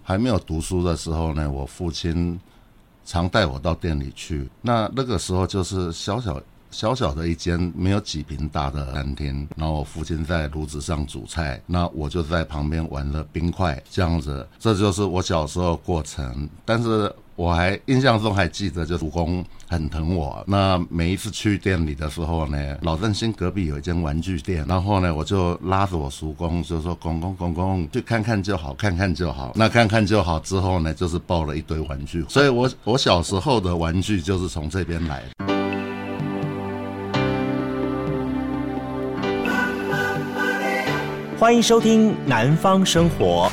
还没有读书的时候呢，我父亲常带我到店里去。那个时候就是小小的一间没有几坪大的餐厅，然后我父亲在炉子上煮菜，那我就在旁边玩了冰块，这样子，这就是我小时候的过程。但是我还印象中还记得，就叔公很疼我。那每一次去店里的时候呢，老振兴隔壁有一间玩具店，然后呢，我就拉着我叔公，就说公公去看看就好，看看就好。那看看就好之后呢，就是抱了一堆玩具。所以我小时候的玩具就是从这边来的。 欢迎收听《南方生活》。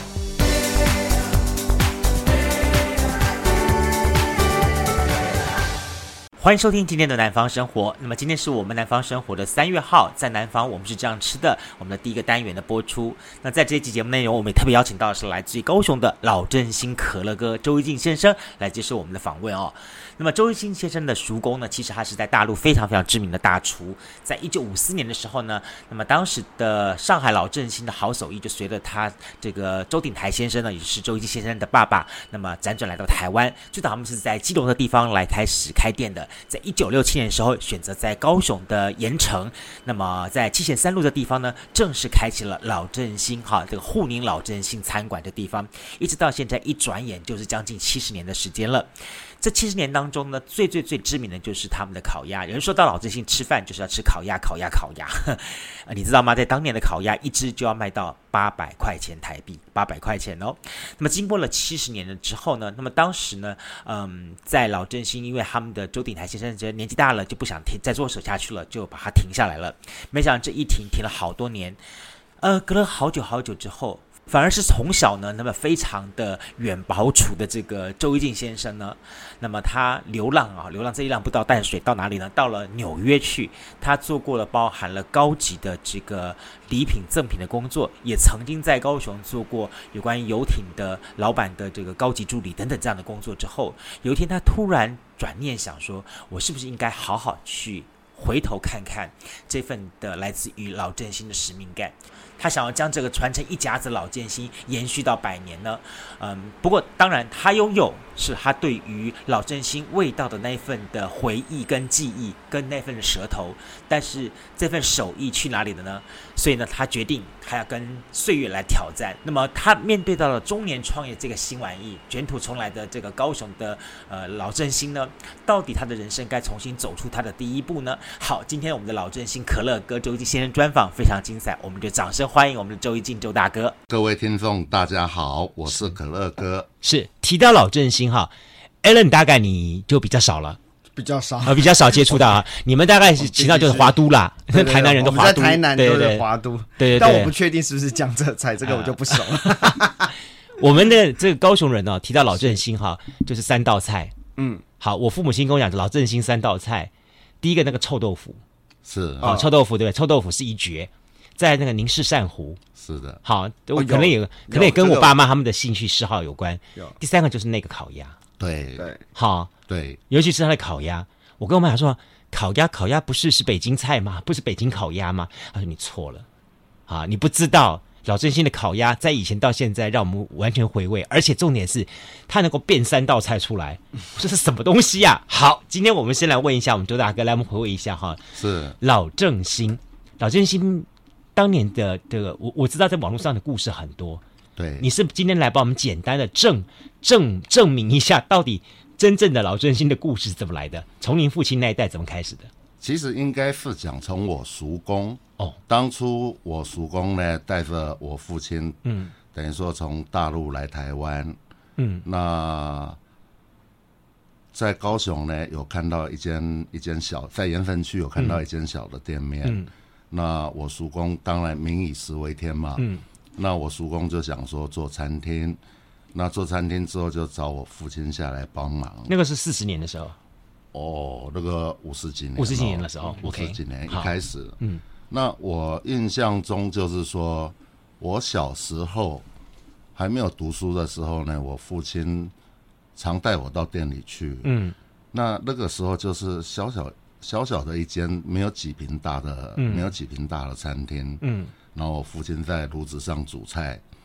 欢迎收听今天的南方生活。那么今天是我们南方生活的3月号，在南方我们是这样吃的，我们的第一个单元的播出。那在这一期节目内容，我们也特别邀请到的是来自于高雄的老振兴可乐哥周一静先生来接受我们的访问哦。那么周一静先生的叔公呢，其实他是在大陆非常非常知名的大厨。在1954年的时候呢，那么当时的上海老振兴的好手艺就随着他这个周鼎台先生呢，也就是周一静先生的爸爸，那么辗转来到台湾。最早他们是在基隆的地方来开始开店的。在1967年的时候，选择在高雄的盐城，那么在七贤三路的地方呢，正式开启了老振兴这个沪宁老振兴餐馆的地方，一直到现在一转眼就是将近70年的时间了。这70年当中呢，最知名的就是他们的烤鸭。有人说到老振兴吃饭就是要吃烤鸭你知道吗？在当年的烤鸭一只就要卖到800块钱台币，800块钱哦。那么经过了70年了之后呢，那么当时呢，在老振兴，因为他们的周鼎台先生觉得年纪大了，就不想再做手下去了，就把它停下来了。没想到这一停了好多年，隔了好久之后，反而是从小呢，那么非常的远庖厨的这个周一静先生呢，那么他流浪这一浪不到淡水，到哪里呢？到了纽约去，他做过了包含了高级的这个礼品赠品的工作，也曾经在高雄做过有关于游艇的老板的这个高级助理等等这样的工作之后，有一天他突然转念想说，我是不是应该好好去回头看看这份的来自于老振兴的使命感。他想要将这个传承一甲子老振兴延续到100年呢。不过当然他拥有是他对于老振兴味道的那一份的回忆跟记忆跟那份的舌头，但是这份手艺去哪里了呢？所以呢，他决定他要跟岁月来挑战。那么他面对到了中年创业这个新玩意，卷土重来的这个高雄的老振兴呢，到底他的人生该重新走出他的第一步呢？好，今天我们的老振兴可乐哥周一静先生专访非常精彩，我们就掌声欢迎我们的周一静周大哥。 各位听众大家好，我是可乐哥。 是提到老振兴Alan 大概你就比较少了。 比较少接触到啊，你们大概是提到就是华都啦，台南人的华都， 我们在台南都是华都， 对， 但我不确定是不是江浙菜，这个我就不熟了。 我们的这个高雄人提到老振兴就是3道菜。好，我父母亲跟我讲，老振兴3道菜，第一个那个臭豆腐是臭豆腐对不对？臭豆腐是一绝，在那个宁氏鳝糊是的， 好，可能也跟我爸妈他们的兴趣嗜好有关。第3个就是那个烤鸭， 对， 好。 对， 尤其是他的烤鸭，我跟我妈讲说，烤鸭不是北京菜吗？不是北京烤鸭吗？他说你错了，你不知道老振兴的烤鸭在以前到现在让我们完全回味，而且重点是它能够变3道菜出来，这是什么东西呀？好，今天我们先来问一下我们周大哥，来我们回味一下是老振兴当年的这个，我知道在网络上的故事很多， 对， 你是今天来帮我们简单的证明一下到底真正的老振兴的故事是怎么来的？从您父亲那一代怎么开始的？ 其实应该是讲从我叔公当初我叔公呢带着我父亲，等于说从大陆来台湾，那在高雄呢有看到一间小，在盐分区有看到一间小的店面，那我叔公当然民以食为天嘛，那我叔公就想说做餐厅。那做餐厅之后，就找我父亲下来帮忙。 那个是40年的时候， 那个50几年的时候 ，50几年一开始。那我印象中就是说，我小时候还没有读书的时候呢，我父亲常带我到店里去。那个时候就是小小的一间没有几坪大的餐厅。然后我父亲在炉子上煮菜。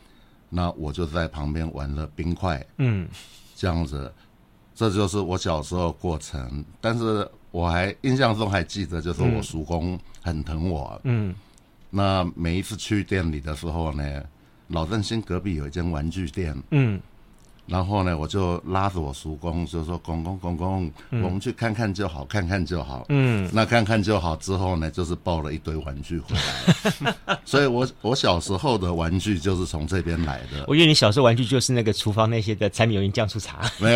那我就在旁边玩了冰块，这样子，这就是我小时候的过程。但是我还印象中还记得，就是我叔公很疼我，那每一次去店里的时候呢，老振兴隔壁有一间玩具店，然后呢，我就拉着我叔公，就说：“公公，我们去看看就好，看看就好。”那看看就好之后呢，就是抱了一堆玩具回来。所以我小时候的玩具就是从这边来的。 我以为你小时候玩具就是那个厨房那些的柴米油盐酱醋茶。 没有。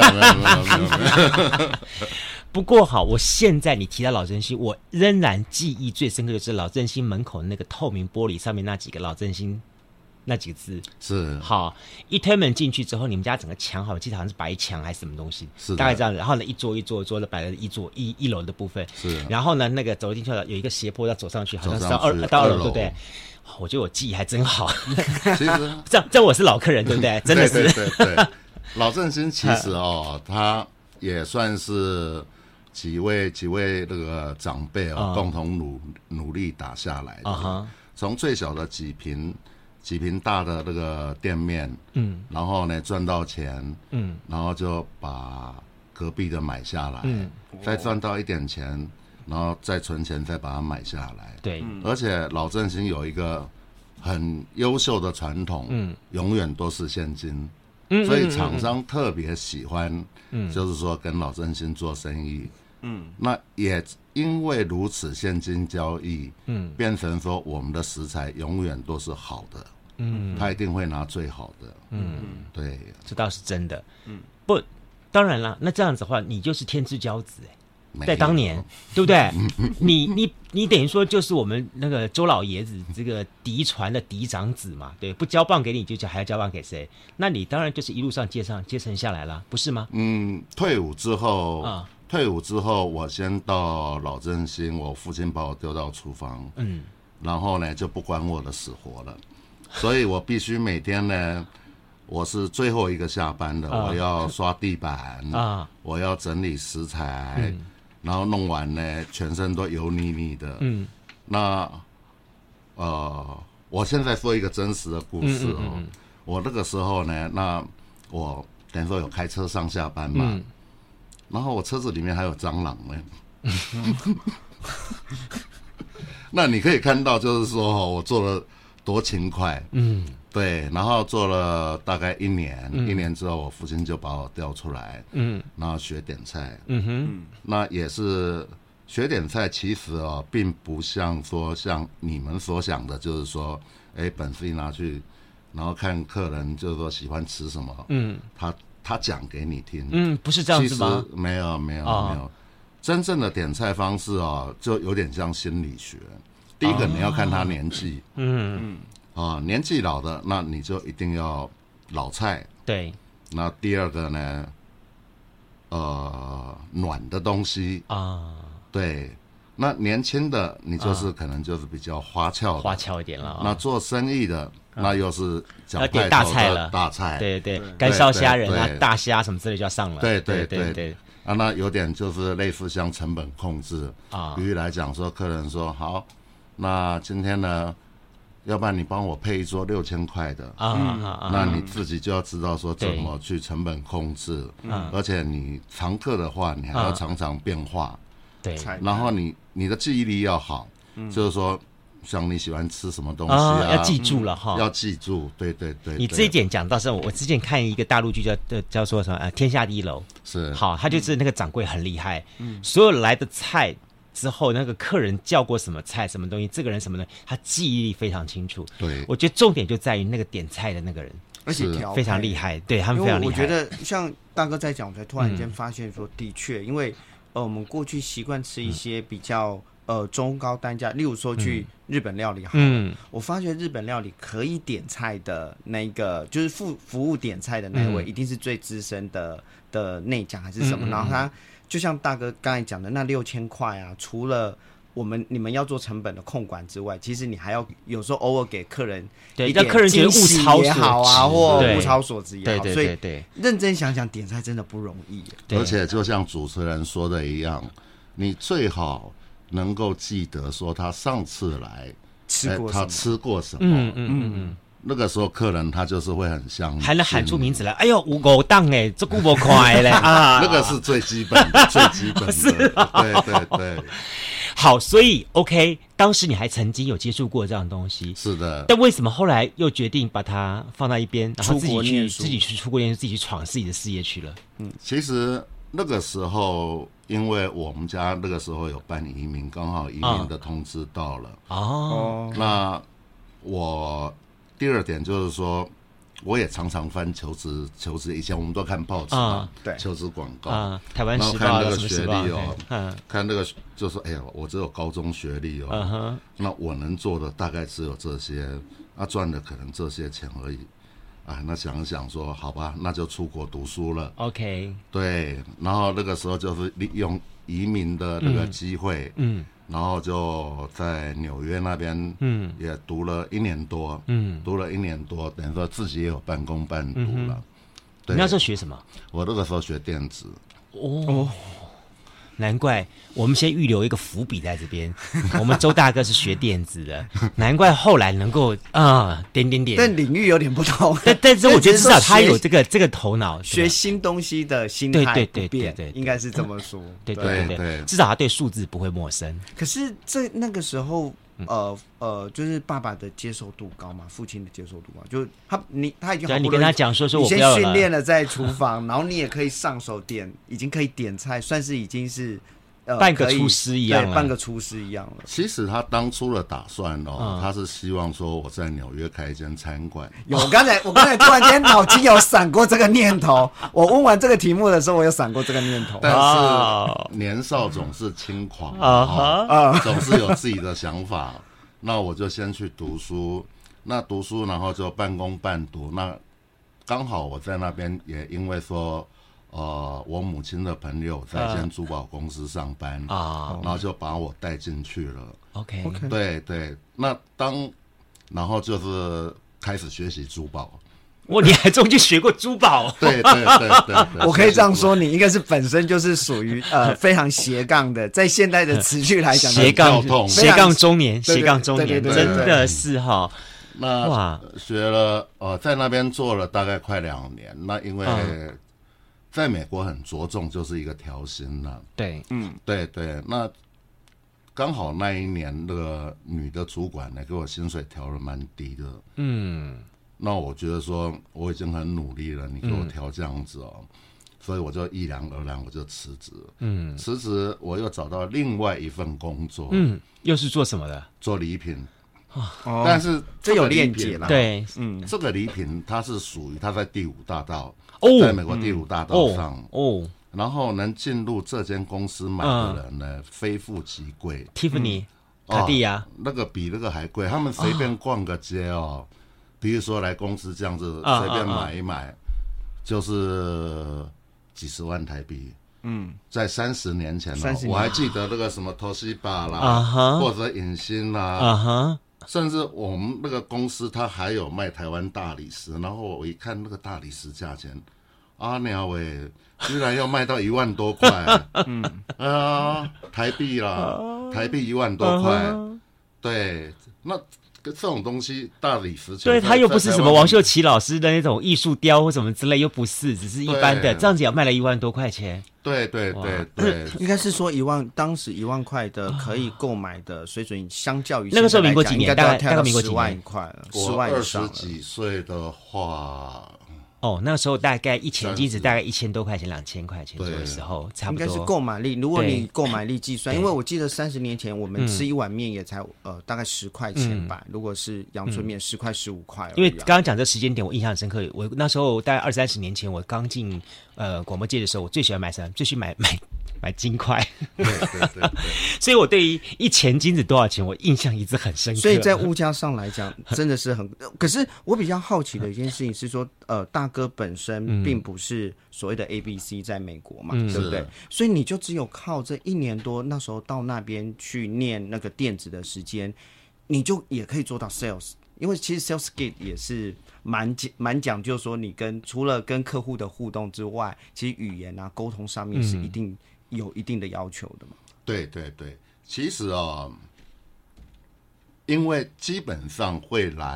不过好，我现在你提到老振兴，我仍然记忆最深刻的是老振兴门口那个透明玻璃上面那几个老振兴。那几个字是好，一推门进去之后，你们家整个墙我记得好像是白墙还是什么东西， 是大概这样子。然后呢，一桌的摆了一楼的部分， 是。 然后呢，那个走进去了，有一个斜坡要走上去，好像是到二楼，对不对？我觉得我记忆还真好。 其实这我是老客人，对不对？真的是。 对。老振兴其实他也算是几位那个长辈共同努力打下来的。从最小的几坪大的那个店面，然后呢赚到钱，然后就把隔壁的买下来，再赚到一点钱，然后再存钱再把它买下来。 对， 而且老振兴有一个很优秀的传统，永远都是现金，所以厂商特别喜欢，就是说跟老振兴做生意。那也因为如此，现金交易，变成说我们的食材永远都是好的，他一定会拿最好的，对， 这倒是真的，不，当然啦，那这样子的话，你就是天之骄子在当年，对不对？你等于说就是我们那个周老爷子这个嫡传的嫡长子嘛，对，不交棒给你就还要交棒给谁？那你当然就是一路上接承下来了，不是吗？ 退伍之后，我先到老振兴，我父亲把我丢到厨房，然后呢就不管我的死活了，所以我必须每天呢，我是最后一个下班的，我要刷地板，我要整理食材，然后弄完呢，全身都油腻腻的。那我现在说一个真实的故事我那个时候呢，那我等于说有开车上下班嘛。然后我车子里面还有蟑螂呢，那你可以看到，就是说我做了多勤快，对，然后做了大概1年，1年之后，我父亲就把我调出来，然后学点菜，那也是学点菜，其实并不像你们所想的，就是说，本事一拿去，然后看客人就是说喜欢吃什么，他讲给你听， 不是这样子吗？ 其实没有，真正的点菜方式就有点像心理学。第一个你要看他年纪，年纪老的，那你就一定要老菜。 对。 那第二个呢，暖的东西对。那年轻的你就是可能就是比较花俏一点了。 那做生意的。那又是要点大菜了， 大菜， 对，干烧虾仁啊，大虾什么之类就要上了， 对。那有点就是类似像成本控制比喻来讲说，客人说好，那今天呢，要不然你帮我配一桌6000块的那你自己就要知道说怎么去成本控制，而且你常客的话，你还要常常变化， 对， 然后你的记忆力要好，就是说。像你喜欢吃什么东西要记住了哈， 要记住，对。 你这一点讲到是，我之前看一个大陆剧叫做什么天下第一楼， 是好，他就是那个掌柜很厉害，所有来的菜之后，那个客人叫过什么菜什么东西，这个人什么的，他记忆力非常清楚。 对， 我觉得重点就在于那个点菜的那个人， 而且非常厉害，对他们非常厉害。 我觉得像大哥在讲，我才突然间发现说，的确，因为我们过去习惯吃一些比较。中高单价，例如说去日本料理好了，我发觉日本料理可以点菜的那个，就是服务点菜的那位，一定是最资深的内讲还是什么，然后他就像大哥刚才讲的那6000块啊，除了你们要做成本的控管之外，其实你还要有时候偶尔给客人一点惊喜也好啊，或物超所值也好，所以认真想想，点菜真的不容易。 而且就像主持人说的一样，你最好能够记得说他上次来吃过什么， 他吃过什么， 那个时候客人他就是会很相信， 还能喊出名字来，哎呦五狗档哎，这顾不快嘞啊， 那个是最基本的，最基本的， 是对对对。 好，所以 OK， 当时你还曾经有接触过这样的东西， 是的。 但为什么后来又决定把它放到一边，然后自己去出国念书，自己去闯自己的事业去了？ 其实那个时候，因为我们家那个时候有办移民，刚好移民的通知到了。 哦， 那我第二点就是说，我也常常翻求职，以前我们都看报纸嘛， 对， 求职广告台湾时报然后看那个学历哦， 看那个就说，哎呀，我只有高中学历哦，那我能做的大概只有这些，赚的可能这些钱而已。那想一想说，好吧，那就出国读书了。 OK， 对，然后那个时候就是利用移民的那个机会，然后就在纽约那边，也读了1年多，等于说自己也有半工半读了。对， 你那时候学什么？ 我那个时候学电子。 哦。难怪我们先预留一个伏笔在这边。我们周大哥是学电子的，难怪后来能够点， 但领域有点不同。 但是我觉得至少他有这个头脑， 学新东西的心态不变， 对， 应该是这么说。 对，至少他对数字不会陌生。 可是那个时候，就是爸爸的接受度高嘛，父亲的接受度高，就他已经好不容易你跟他讲说我不要了，你先训练了在厨房，然后你也可以上手已经可以点菜，算是已经是半个厨师一样了， 对，半个厨师一样了。 其实他当初的打算他是希望说我在纽约开一间餐馆。 我刚才突然间脑筋有闪过这个念头，我问完这个题目的时候，我有闪过这个念头。 但是年少总是轻狂总是有自己的想法。那我就先去读书，然后就半工半读。那刚好我在那边也因为说。我母亲的朋友在一间珠宝公司上班然后就把我带进去了。 OK， 对，然后就是开始学习珠宝。 你还终于学过珠宝？ 对， 我可以这样说，你应该是本身就是属于非常斜杠的，在现代的词句来讲， 斜杠中年，真的是哈。 那学了在那边做了大概快2年。那因为在美国很着重就是一个调薪了。 对， 对，那刚好那一年那个女的主管呢，给我薪水调了蛮低的。那我觉得说我已经很努力了，你给我调这样子所以我就毅然而然我就辞职。辞职我又找到另外一份工作。 又是做什么的？ 做礼品。但是这有链接啦。 对， 这个礼品它是属于它在第5大道。在美国第5大道上然后能进入这间公司买的人呢，非富即贵。 Tiffany、卡地亚， 那个比那个还贵。他们随便逛个街比如说来公司这样子随便买一买，就是几十万台币。在30年前我还记得那个什么 Toshiba 啦，或者影星啦，甚至我们那个公司它还有卖台湾大理石，然后我一看那个大理石价钱，鸟喂，居然要卖到1万多块。台币啦，台币1万多块。对，那这种东西大理石， 对，它又不是什么王秀琪老师的那种艺术雕或什么之类，又不是，只是一般的，这样子也卖了1万多块钱。 对， 应该是说当时1万块的可以购买的水准，相较于那个时候民国几年？大概民国 10万块了，10万以上了。 我20几岁的话。 那个时候大概一钱金子大概1000多块钱、2000块钱左右的时候，差不多。 应该是购买力。如果你购买力计算，因为我记得30年前我们吃一碗面也才大概10块钱吧。如果是阳春面10块15块。 因为刚刚讲这时间点，我印象很深刻。我那时候大概20-30年前，我刚进广播界的时候，我最喜欢买什么？最喜欢买金块。 对。 所以我对于1钱金子多少钱，我印象一直很深刻。 所以在物价上来讲，真的是很。可是我比较好奇的一件事情是说，大哥本身并不是所谓的 ABC 在美国嘛，对不对？所以你就只有靠这1年多，那时候到那边去念那个电子的时间，你就也可以做到 sales。因为其实 sales gate 也是蛮讲究说，你除了跟客户的互动之外，其实语言沟通上面是有一定的要求的嘛。 对，其实因为基本上会来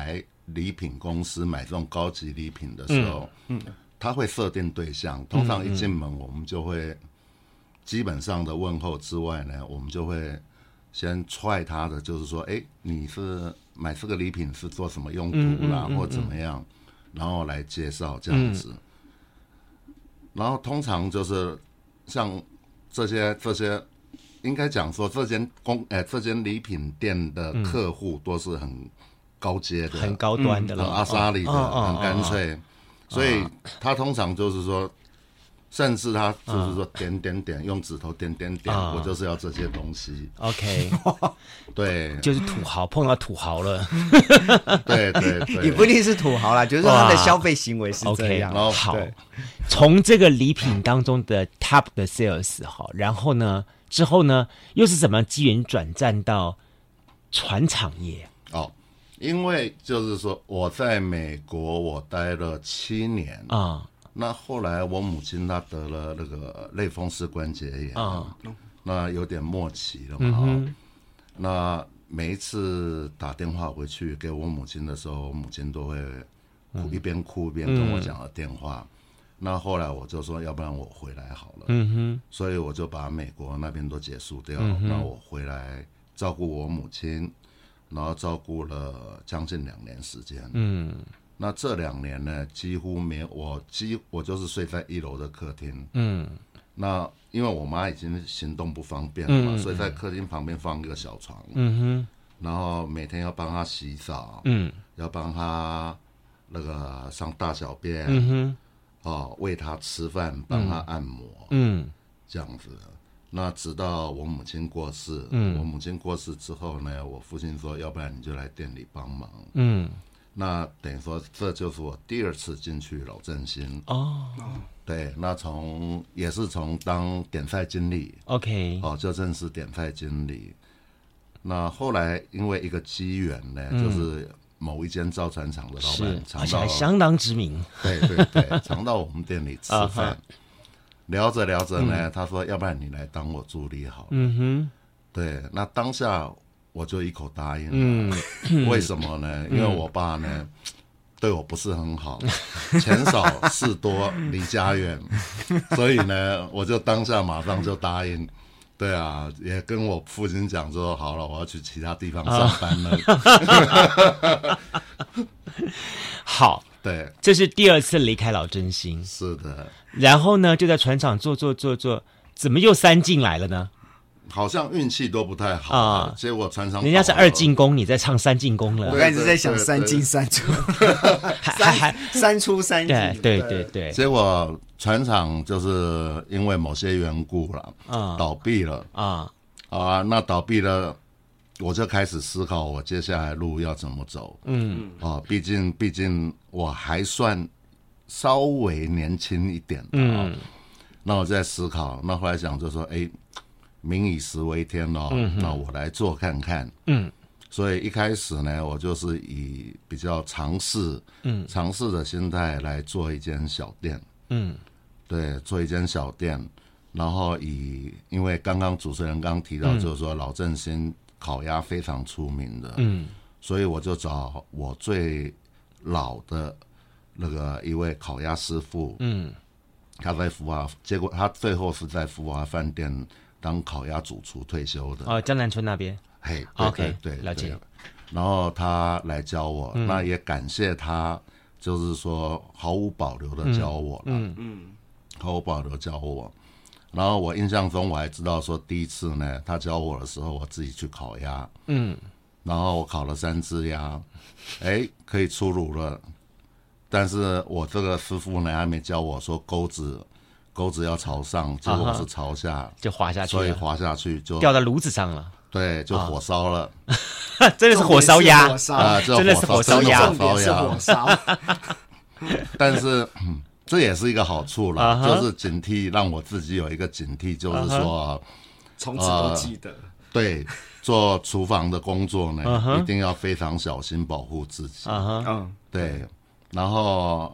礼品公司买这种高级礼品的时候，他会设定对象，通常一进门我们就会基本上的问候之外呢，我们就会先踹他的，就是说，哎，你是买这个礼品是做什么用途啦，或怎么样，然后来介绍这样子。然后通常就是像这些，应该讲说这间礼品店的客户都是很高阶的、 很高端的了， 很阿莎里的、很干脆，所以他通常就是说。甚至他就是说点，用指头点，我就是要这些东西。 OK， 对， 就是土豪碰到土豪了。 对， 也不一定是土豪啦，就是他的消费行为是这样。 Okay, 好，从这个礼品当中的 top 的 sales 好，然后呢之后呢又是什么机缘转战到船厂业？ 哦，因为就是说我在美国我待了7年啊。那后来我母亲她得了那个类风湿关节炎，那有点末期了嘛。那每一次打电话回去给我母亲的时候，我母亲都会一边哭一边跟我讲了电话。那后来我就说，要不然我回来好了。所以我就把美国那边都结束掉，那我回来照顾我母亲，然后照顾了将近2年时间。那这2年呢，几乎没有我就是睡在1楼的客厅。那因为我妈已经行动不方便了嘛，所以在客厅旁边放一个小床。然后每天要帮她洗澡，要帮她那个上大小便，喂她吃饭，帮她按摩，这样子。那直到我母亲过世，我母亲过世之后呢，我父亲说，要不然你就来店里帮忙。那等于说，这就是我第2次进去老振兴对，那也是从当点菜经理 ，OK， 就正式点菜经理。那后来因为一个机缘呢，就是某一间造船厂的老板常到， 相当知名， 对，常到我们店里吃饭，聊着呢，他说，要不然你来当我助理好了。对，那当下。我就一口答应了。为什么呢？因为我爸呢对我不是很好，钱少事多离家远，所以呢我就当下马上就答应。对啊，也跟我父亲讲说，好了，我要去其他地方上班了。 好， 对， 这是第2次离开老振兴。 是的。 然后呢，就在船厂做，怎么又3进来了呢？ 好像运气都不太好结果船厂人家是2进宫，你在唱3进宫了。 我刚才在想3进3出，还3出3进。 对。 结果船厂就是因为某些缘故了，倒闭了那倒闭了，我就开始思考我接下来路要怎么走。毕竟我还算稍微年轻一点那我在思考，那后来想就说，民以食为天那我来做看看。所以一开始呢，我就是以比较尝试的心态来做一间小店。对，做一间小店，然后因为刚刚主持人刚提到，就是说老振兴烤鸭非常出名的，所以我就找我最老的那个一位烤鸭师傅，他在福华，结果他最后是在福华饭店当烤鸭主厨退休的。 江南村那边。 OK， 对，了解。 然后他来教我，那也感谢他，就是说毫无保留的教我了，毫无保留教我。然后我印象中我还知道说，第一次呢，他教我的时候，我自己去烤鸭，然后我烤了3只鸭，可以出炉了。但是我这个师傅呢，还没教我说钩子要朝上，结果我是朝下， 就滑下去了， 所以滑下去就掉到炉子上了。 对，就火烧了。 真的是火烧鸭真的是火烧鸭， 火烧。 但是这也是一个好处啦，就是警惕，让我自己有一个警惕，就是说从此都记得。 对，做厨房的工作呢，一定要非常小心保护自己。对，然后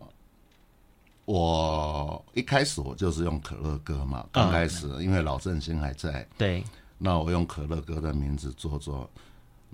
我一开始我就是用可乐哥嘛，刚开始因为老振兴还在。 对。 那我用可乐哥的名字做，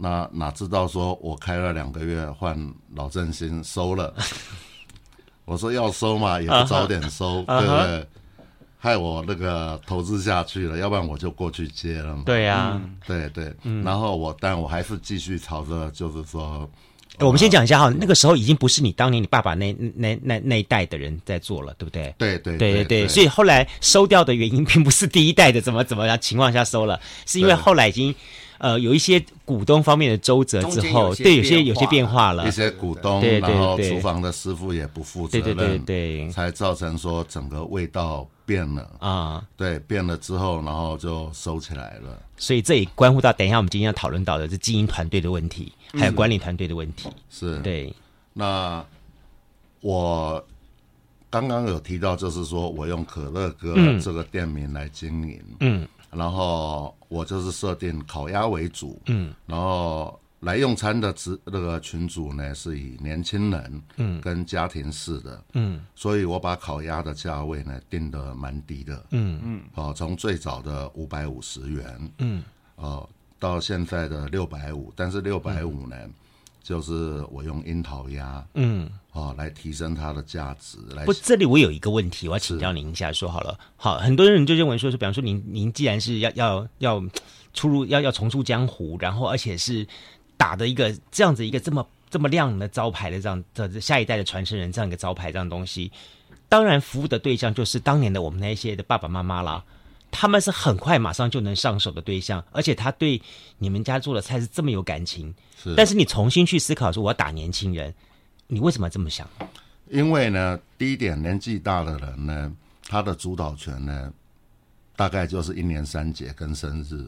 那哪知道说我开了2个月换老振兴收了，我说要收嘛也不早点收，对不对？害我那个投资下去了，要不然我就过去接了嘛。 对啊， 对对，然后但我还是继续朝着，就是说， 我们先讲一下哈，那个时候已经不是你当年你爸爸那一代的人在做了，对不对？ 对， 所以后来收掉的原因，并不是第一代的怎么样情况下收了，是因为后来已经有一些股东方面的周折之后，对，有些变化了， 一些股东，然后厨房的师傅也不负责任， 对， 才造成说整个味道变了啊，对，变了之后，然后就收起来了。 所以这也关乎到等一下我们今天要讨论到的是经营团队的问题，还有管理团队的问题。 是， 对。 那我刚刚有提到，就是说我用可乐哥这个店名来经营，然后我就是设定烤鸭为主，然后来用餐的那个群组呢是以年轻人，跟家庭式的，所以我把烤鸭的价位呢定得蛮低的，从最早的550元，到现在的650，但是650呢，就是我用樱桃鸭，来提升它的价值。 不，这里我有一个问题，我要请教您一下，说好了，好，很多人就认为说，比方说您既然是要出入要重出江湖，然后而且是打的一个这样子一个这么亮的招牌的这样的下一代的传承人这样一个招牌这样的东西，当然服务的对象就是当年的我们那些的爸爸妈妈啦。他们是很快马上就能上手的对象，而且他对你们家做的菜是这么有感情。但是你重新去思考说我要打年轻人，你为什么这么想？ 因为呢，第一点，年纪大的人呢，他的主导权呢，大概就是1年3节跟生日。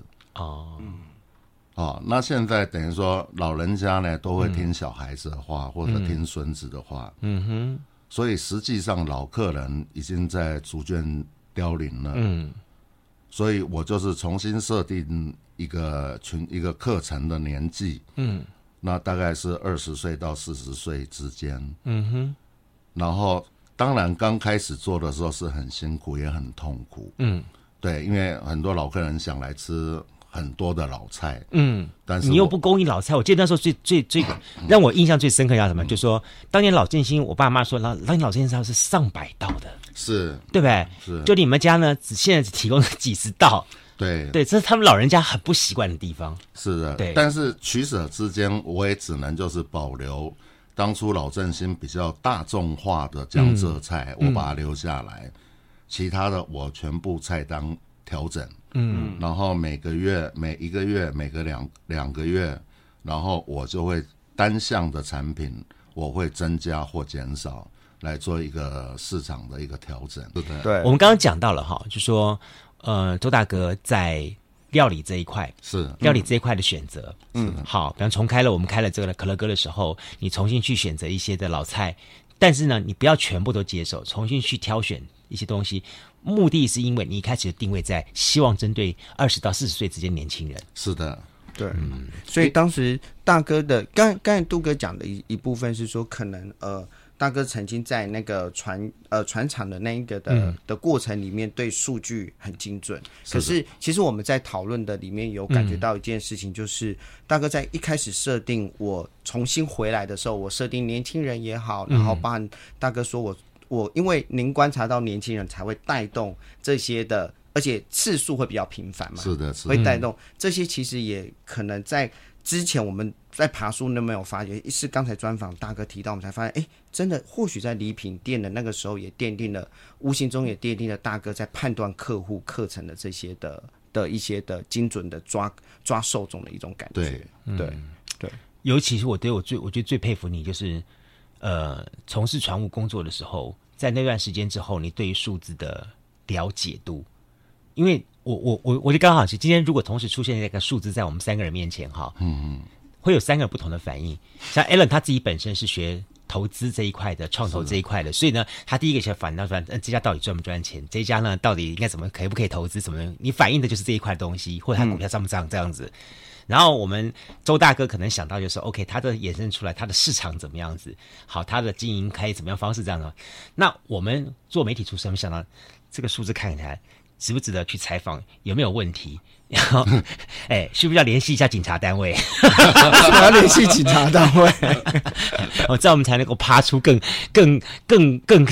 那现在等于说老人家呢都会听小孩子的话，或者听孙子的话。所以实际上老客人已经在逐渐凋零了。所以我就是重新设定一个课程的年纪，那大概是20岁到40岁之间，然后当然刚开始做的时候是很辛苦也很痛苦，对，因为很多老客人想来吃很多的老菜，但是你又不供应老菜。我记得那时候最让我印象最深刻叫什么？就是说当年老振兴，我爸妈说当年老振兴是上100道的。 是， 对不对？ 是， 就你们家呢，现在只提供了几10道， 对， 这是他们老人家很不习惯的地方。 是的， 对。 但是取舍之间，我也只能就是保留当初老振兴比较大众化的江浙菜，我把它留下来，其他的我全部菜单调整，然后每一个月、每个两个月，然后我就会单项的产品，我会增加或减少。来做一个市场的一个调整，对不对？ 对， 我们刚刚讲到了哈，就说周大哥在料理这一块是料理这一块的选择，好，比方我们开了这个可乐哥的时候，你重新去选择一些的老菜，但是呢，你不要全部都接受，重新去挑选一些东西，目的是因为你一开始的定位在希望针对20到40岁之间年轻人。 是的， 对，所以当时大哥的刚才杜哥讲的一部分是说，可能大哥曾经在那个船厂的那一个的过程里面对数据很精准，可是其实我们在讨论的里面有感觉到一件事情，就是大哥在一开始设定我重新回来的时候，我设定年轻人也好，然后包含大哥说我因为您观察到年轻人才会带动这些的，而且次数会比较频繁嘛， 是的， 会带动这些，其实也可能在之前我们在爬书都没有发觉，是刚才专访大哥提到，我们才发现，真的或许在礼品店的那个时候也奠定了，无形中也奠定了大哥在判断客户课程的这些的一些的精准的抓受众的一种感觉。对， 尤其是我觉得最佩服你，就是从事船务工作的时候，在那段时间之后，你对于数字的了解度，因为我就刚好是今天如果同时出现一个数字在我们3个人面前哈，会有3个不同的反应。像 Alan 他自己本身是学投资这一块的，创投这一块的，所以呢，他第一个先反到这家到底赚不赚钱，这一家呢到底应该可不可以投资什么的，你反映的就是这一块东西，或者他股票涨不涨这样子。然后我们周大哥可能想到就是 OK， 他的衍生出来他的市场怎么样子，好，他的经营可以怎么样方式这样的。那我们做媒体出身，我们想到这个数字看起来值不值得去采访，有没有问题？然后，需不需要联系一下警察单位？ 为什么要联系警察单位？ 这样我们才能够爬出更深、更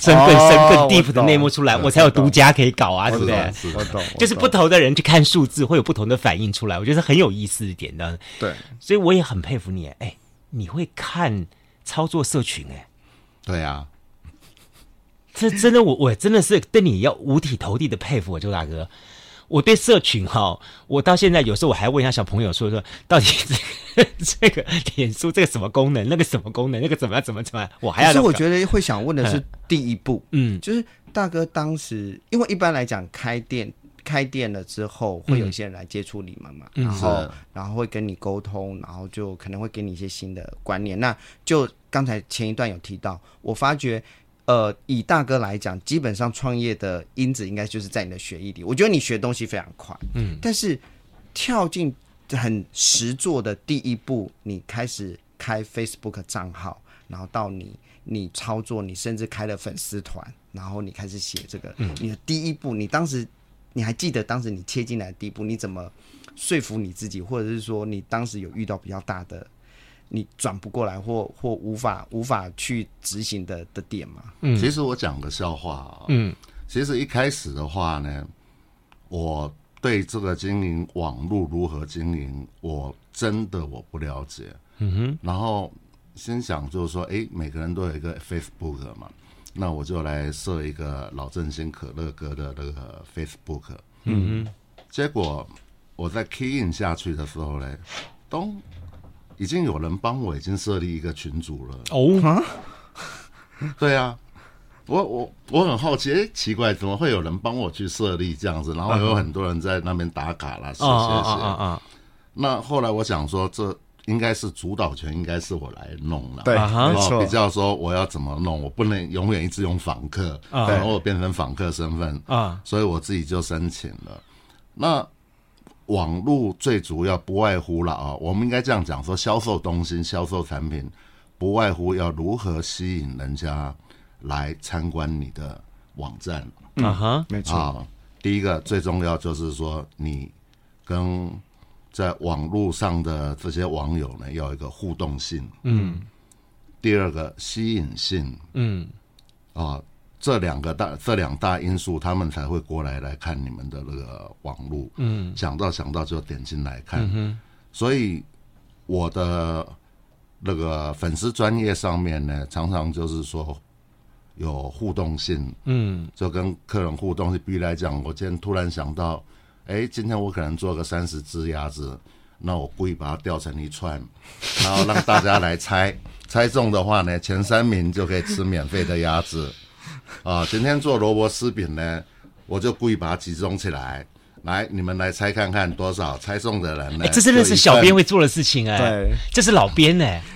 deep 的内幕出来，我才有独家可以搞啊，对不对？ 我懂， 就是不同的人去看数字，会有不同的反应出来，我觉得很有意思一点的。 对， 所以我也很佩服你，你会看操作社群， 对啊。 这真的，我真的是对你要五体投地的佩服，周大哥。我对社群我到现在有时候我还问一下小朋友说，到底这个脸书这个什么功能，那个什么功能，那个怎么样，我还要。 可是我觉得会想问的是第一步， 就是大哥当时，因为一般来讲开店了之后，会有一些人来接触你们嘛，然后会跟你沟通，然后就可能会给你一些新的观念。那就刚才前一段有提到，我发觉。以大哥来讲，基本上创业的因子应该就是在你的血液里。我觉得你学东西非常快，但是跳进很实作的第一步，你开始开 Facebook 账号，然后到你操作，你甚至开了粉丝团，然后你开始写这个，你的第一步，你还记得当时你切进来的第一步，你怎么说服你自己，或者是说你当时有遇到比较大的？你转不过来或无法去执行的点嘛？ 其实我讲个笑话其实一开始的话呢，我对这个经营网络如何经营，我不了解。然后心想就是说，每个人都有一个 Facebook 嘛，那我就来设一个老振兴可乐哥的那个 Facebook。结果我在 key in 下去的时候呢，已经有人帮我已经设立一个群组了。对啊，我很好奇，奇怪，怎么会有人帮我去设立这样子？然后有很多人在那边打卡啦，写。那后来我想说，这应该是主导权，应该是我来弄了。 对，没错。 比较说我要怎么弄，我不能永远一直用访客，然后我变成访客身份所以我自己就申请了。那网络最主要不外乎了我们应该这样讲说，销售东西、销售产品，不外乎要如何吸引人家来参观你的网站。 没错。 第一个最重要就是说，你跟在网络上的这些网友呢，要有一个互动性。第二个吸引性。这两大因素，他们才会过来看你们的那个网络。想到就点进来看。所以我的那个粉丝专页上面呢，常常就是说有互动性。就跟客人互动。比如来讲，我今天突然想到，今天我可能做个30只鸭子，那我故意把它吊成一串，然后让大家来猜，猜中的话呢，前3名就可以吃免费的鸭子。今天做萝卜丝饼呢，我就故意把它集中起来，来，你们来猜看看多少，猜中的人呢？ 这真的是小编会做的事情对， 这是老编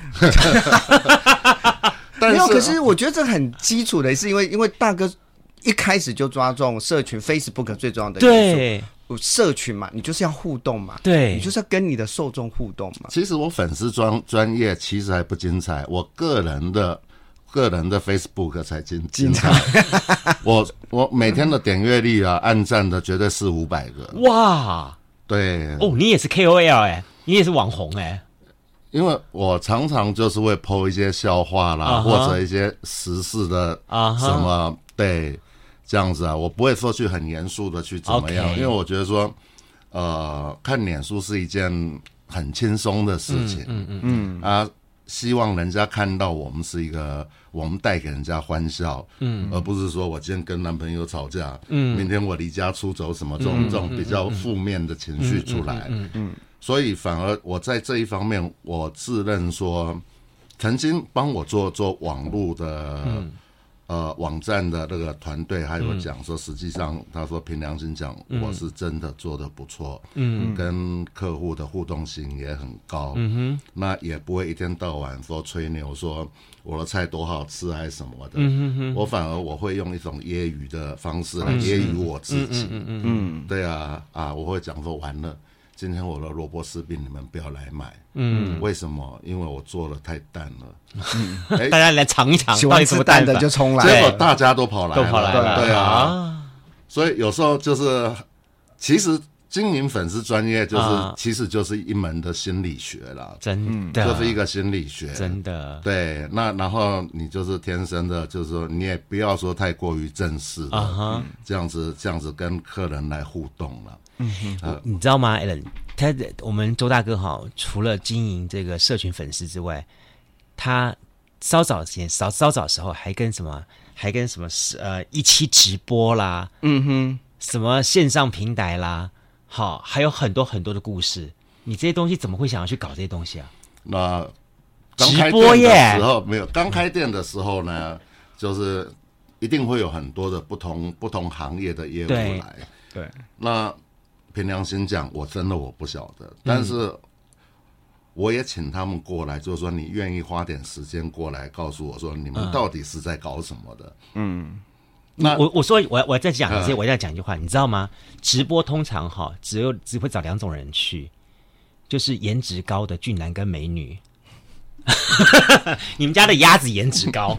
没有，可是我觉得这很基础的，是因为大哥一开始就抓中社群 Facebook 最重要的因素。社群嘛，你就是要互动嘛， 对， 你就是要跟你的受众互动嘛。 其实我粉丝专业其实还不精彩，我个人的 Facebook 才精彩。我每天的点阅率按赞的绝对400-500个。 哇， 对你也是 KOL 你也是网红因为我常常就是会 po 一些笑话啦，或者一些时事的什么对。这样子我不会说去很严肃的去怎么样，因为我觉得说，看脸书是一件很轻松的事情，希望人家看到我们是一个，我们带给人家欢笑，而不是说我今天跟男朋友吵架，明天我离家出走什么这种比较负面的情绪出来，所以反而我在这一方面，我自认说，曾经帮我做网络的。网站的那个团队还有讲说，实际上他说凭良心讲，我是真的做得不错，跟客户的互动性也很高，那也不会一天到晚说吹牛说我的菜多好吃还是什么的，我反而我会用一种揶揄的方式来揶揄我自己，对我会讲说完了。今天我的萝卜丝饼你们不要来买，为什么？因为我做的太淡了， 大家来尝一尝， 喜欢吃淡的就冲来， 结果大家都跑来了， 对啊， 所以有时候就是其实经营粉丝专业就是、其实就是一门的心理学啦， 真的就是一个心理学， 真的。 对，那然后你就是天生的，就是说你也不要说太过于正式的、这样子跟客人来互动了。 你知道吗 ，Alan？ 我们周大哥除了经营这个社群粉丝之外，他稍早的时候还跟什么一期直播啦，什么线上平台啦，还有很多很多的故事。你这些东西怎么会想要去搞这些东西啊？ 那刚开店的时候没有，刚开店的时候呢，就是一定会有很多的不同行业的业务来。 对， 那凭良心讲，我不晓得，但是我也请他们过来，就是说你愿意花点时间过来告诉我说你们到底是在搞什么的。那我说我再讲一些，我再讲一句话，你知道吗？直播通常只会找2种人去，就是颜值高的俊男跟美女。你们家的鸭子颜值高，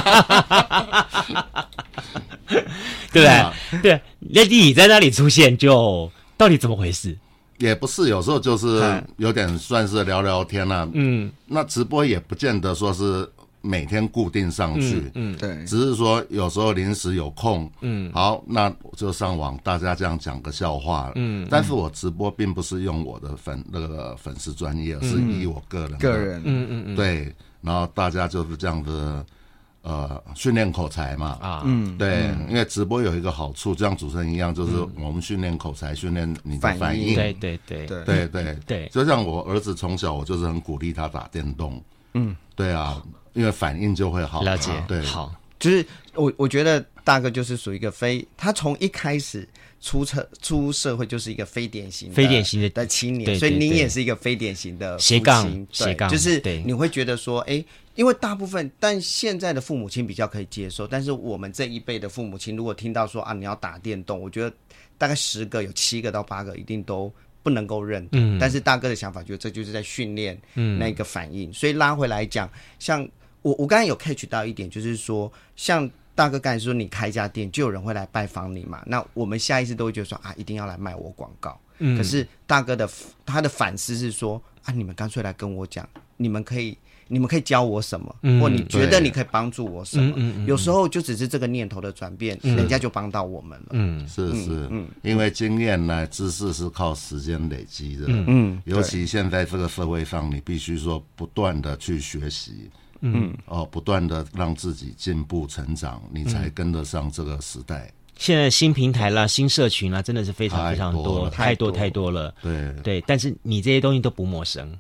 对不对？对，那你在那里出现就到底怎么回事？ 也不是，有时候就是有点算是聊聊天啦。那直播也不见得说是每天固定上去， 对， 只是说有时候临时有空，好，那就上网大家这样讲个笑话，但是我直播并不是用我的粉丝专业，而是以我个人，对，然后大家就是这样子。训练口才嘛，对，因为直播有一个好处，就像主持人一样，就是我们训练口才，训练你的反应， 对， 就像我儿子从小，我就是很鼓励他打电动，对啊，因为反应就会好， 了解， 对， 好，就是我觉得大哥就是属于一个他从一开始出社会就是一个非典型的青年，所以你也是一个非典型的斜杠， 就是你会觉得说，因为大部分，但现在的父母亲比较可以接受，但是我们这一辈的父母亲，如果听到说你要打电动，我觉得大概10个有7个到8个一定都不能够认同。但是大哥的想法，觉得这就是在训练那个反应。所以拉回来讲，像我刚才有 catch 到一点，就是说，像大哥刚才说你开一家店，就有人会来拜访你嘛，那我们下意识都会觉得说一定要来卖我广告。可是大哥他的反思是说你们干脆来跟我讲，你们可以教我什么，或你觉得你可以帮助我什么，有时候就只是这个念头的转变，人家就帮到我们了。 是，因为经验呢，知识是靠时间累积的，尤其现在这个社会上，你必须说不断的去学习，不断的让自己进步成长，你才跟得上这个时代。 现在新平台啦、新社群啦，真的是非常非常多，太多了。对，但是你这些东西都不陌生。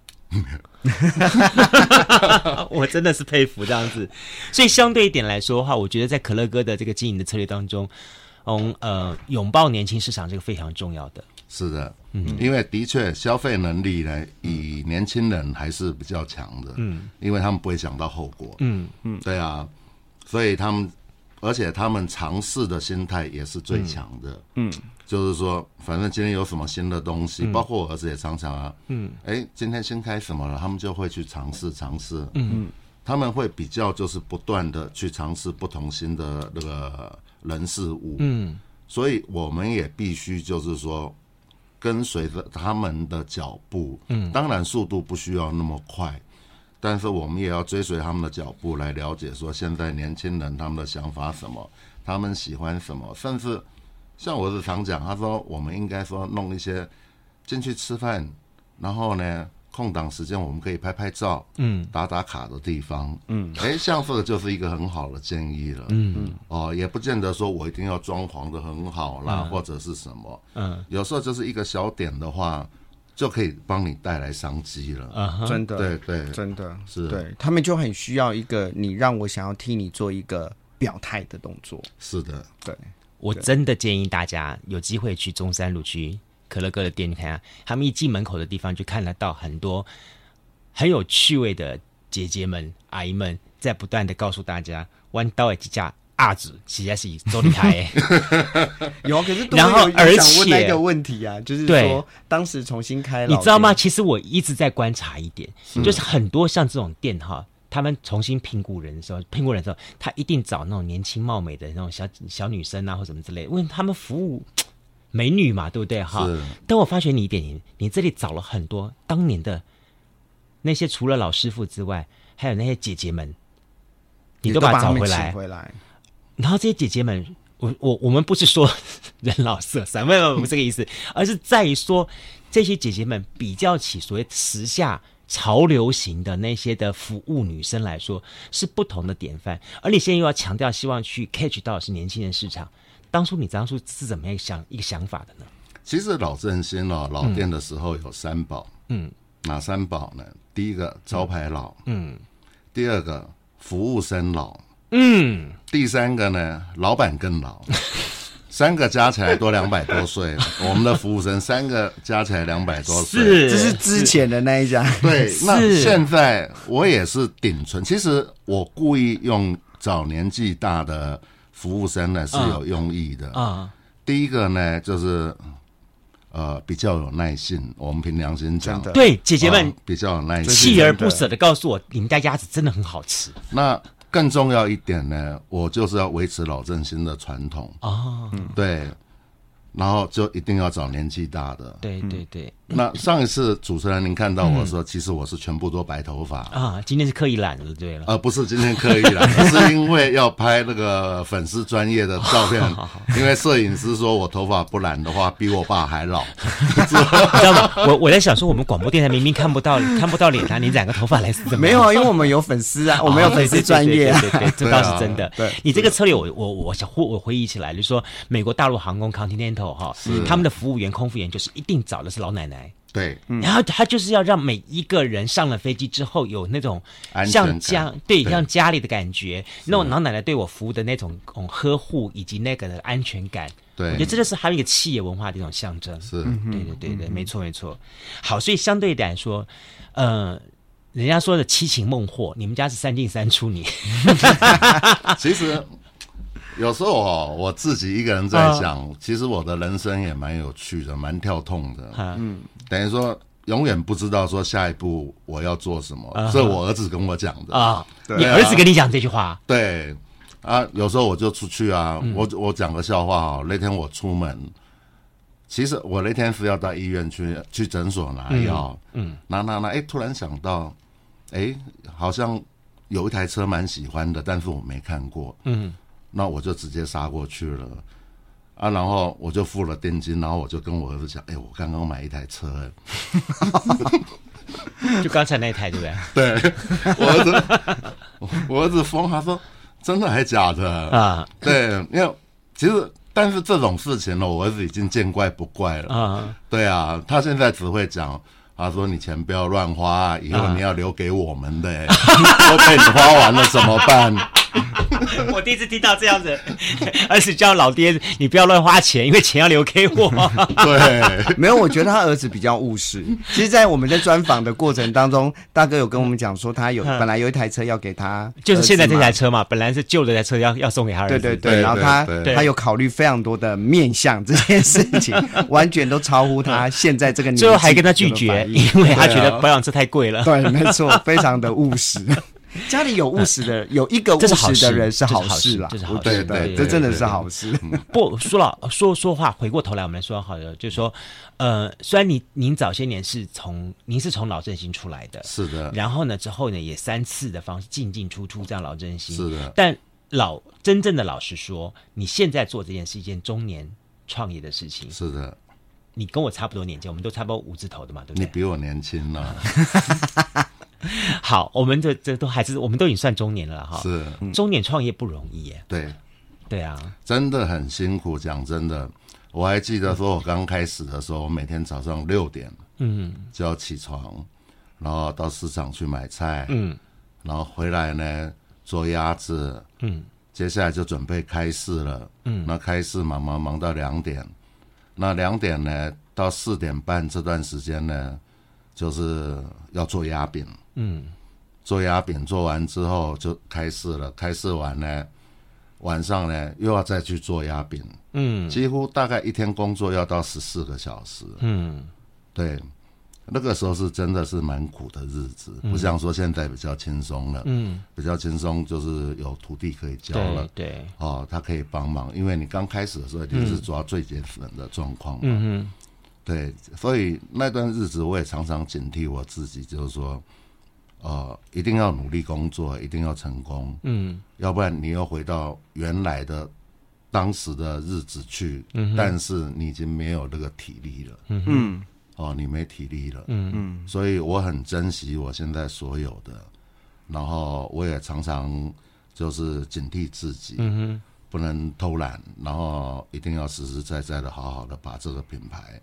我真的是佩服这样子。所以相对一点来说的话，我觉得在可乐哥的这个经营的策略当中，拥抱年轻市场这个非常重要的。 是的，因为的确消费能力呢，以年轻人还是比较强的，因为他们不会想到后果，对啊，所以而且他们尝试的心态也是最强的，就是说，反正今天有什么新的东西，包括我儿子也常常今天新开什么了，他们就会去尝试，他们会比较就是不断的去尝试不同新的那个人事物，所以我们也必须就是说跟随着他们的脚步，当然速度不需要那么快。但是我们也要追随他们的脚步来了解说现在年轻人他们的想法什么，他们喜欢什么，甚至像我是常讲，他说我们应该说弄一些进去吃饭，然后呢空档时间我们可以拍拍照，打打卡的地方，像这个就是一个很好的建议了，也不见得说我一定要装潢的很好啦，或者是什么，有时候就是一个小点的话就可以帮你带来商机了， 真的， 对， 真的是， 对，他们就很需要一个你让我想要替你做一个表态的动作。 是的， 对， 我真的建议大家有机会去中山路区可乐哥的店，你看他们一进门口的地方就看得到很多很有趣味的姐姐们、阿姨们在不断的告诉大家，弯刀的几架阿子实在是都厉害有，可是然后而且想问那个问题啊，就是说当时重新开， 你知道吗？其实我一直在观察一点，就是很多像这种店他们重新评估人的时候，他一定找那种年轻貌美的那种小女生啊，或什么之类的，因为他们服务美女嘛，对不对？哈。但我发觉你一点，你这里找了很多当年的那些除了老师傅之外，还有那些姐姐们，你都把它找回来。然后这些姐姐们，我们不是说人老色散，没有这个意思，而是在于说这些姐姐们比较起所谓时下潮流型的那些的服务女生来说，是不同的典范。而你现在又要强调希望去 catch 到的是年轻人市场，当初是怎么样一个想法的呢？ 其实老振兴老店的时候有3宝，哪3宝呢？第一个招牌老，第二个服务生老，第三个呢老板更老。3个加起来都200多岁，我们的服务生3个加起来200多岁， 这是之前的那一家。 对，那现在我也是顶存。其实我故意用找年纪大的服务生呢是有用意的。第一个呢就是比较有耐性，我们凭良心讲， 对姐姐们比较有耐性， 锲而不舍的告诉我，你们家鸭子真的很好吃。 那更重要一点呢，我就是要维持老振兴的传统对，然后就一定要找年纪大的。 对对对。 那上一次主持人您看到我说，其实我是全部都白头发啊，今天是刻意染了，对了。 不是今天刻意染，是因为要拍那个粉丝专业的照片。因为摄影师说我头发不染的话，比我爸还老。 你知道吗？我在想说，我们广播电台明明看不到脸啊，你染个头发来是怎么样？ 没有啊，因为我们有粉丝啊，我们有粉丝专业啊。 对，这倒是真的。对，你这个策略我回忆起来，就是说美国大陆航空 Continental 他们的服务员空服员就是一定找的是老奶奶。 对， 然后他就是要让每一个人上了飞机之后有那种像家里的感觉，那种老奶奶对我服务的那种呵护以及那个的安全感。 对， 我觉得这就是还有一个企业文化的一种象征。 是， 对，没错。好，所以相对来说，人家说的七情孟获，你们家是3进3出你。 其实有时候我自己一个人在想，其实我的人生也蛮有趣的，蛮跳痛的。等于说永远不知道说下一步我要做什么，这是我儿子跟我讲的你儿子跟你讲这句话？ 对有时候我就出去我讲个笑话那天我出门，其实我那天是要到医院去诊所拿药，拿突然想到，好像有一台车蛮喜欢的，但是我没看过，那我就直接杀过去了。然后我就付了定金，然后我就跟我儿子讲，我刚刚买一台车， 就刚才那一台，对不对？ 对，我儿子疯，他说真的还假的对，因为其实但是这种事情呢，我儿子已经见怪不怪了对啊，他现在只会讲。他说：“你钱不要乱花，以后你要留给我们的，都被你花完了怎么办？” 我第一次听到这样子，儿子叫老爹，你不要乱花钱，因为钱要留给我。 对， 没有，我觉得他儿子比较务实。其实，在我们在专访的过程当中，大哥有跟我们讲说，他本来有一台车要给他， 就是现在这台车嘛，本来是旧的台车要送给他儿子。 对，然后他有考虑非常多的面向，这件事情完全都超乎他现在这个年纪。 最后还跟他拒绝，因为他觉得保养车太贵了。 对，没错，非常的务实。家里有务实的，有一个务实的人是好事啦， 这是好事，对，这真的是好事。 不说话，回过头来我们说好的，就是说，虽然您早些年您是从老振兴出来的， 是的， 然后呢之后呢也3次的方式进出这样老振兴， 是的， 但真正的老实说，你现在做这件是一件中年创业的事情， 是的。 你跟我差不多年纪，我们都差不多5字头的嘛，对不对？ 你比我年轻了。 好，我们这都还是我们都已经算中年了哈。 是， 中年创业不容易耶。 对啊， 真的很辛苦。讲真的，我还记得说我刚开始的时候，我每天早上6点，就要起床，然后到市场去买菜，然后回来呢做鸭子，接下来就准备开市了，那开市忙到2点，那2点呢到4点半这段时间呢，就是要做鸭饼。做鸭饼做完之后就开市了，开市完呢，晚上呢又要再去做鸭饼，几乎大概一天工作要到14个小时，对， 那个时候是真的是蛮苦的日子，不像说现在比较轻松了，比较轻松就是有土地可以交了， 对， 他可以帮忙，因为你刚开始的时候一定是抓最节省的状况嘛，对，所以那段日子我也常常警惕我自己，就是说，一定要努力工作，一定要成功，要不然你又回到原来的当时的日子去，但是你已经没有那个体力了，你没体力了，所以我很珍惜我现在所有的，然后我也常常就是警惕自己，不能偷懒，然后一定要实实在在的好好的把这个品牌，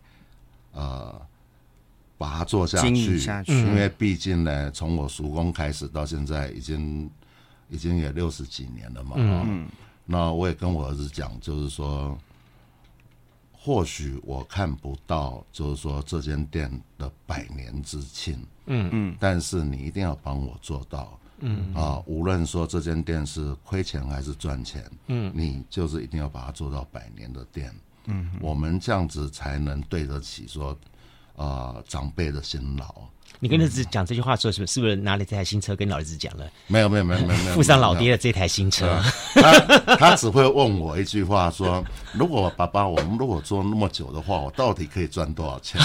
把它做下经去， 营下去， 因为毕竟呢，从我叔公开始到现在，已经也60几年了嘛，那我也跟我儿子讲，就是说，或许我看不到，就是说这间店的100年之庆，但是你一定要帮我做到，无论说这间店是亏钱还是赚钱，你就是一定要把它做到100年的店，我们这样子才能对得起说，长辈的辛劳。 你跟儿子讲这句话的时候，是不是拿了这台新车跟儿子讲了？ 没有， 附上老爹的这台新车。 他只会问我一句话说：“如果爸爸，我们如果做那么久的话，我到底可以赚多少钱？”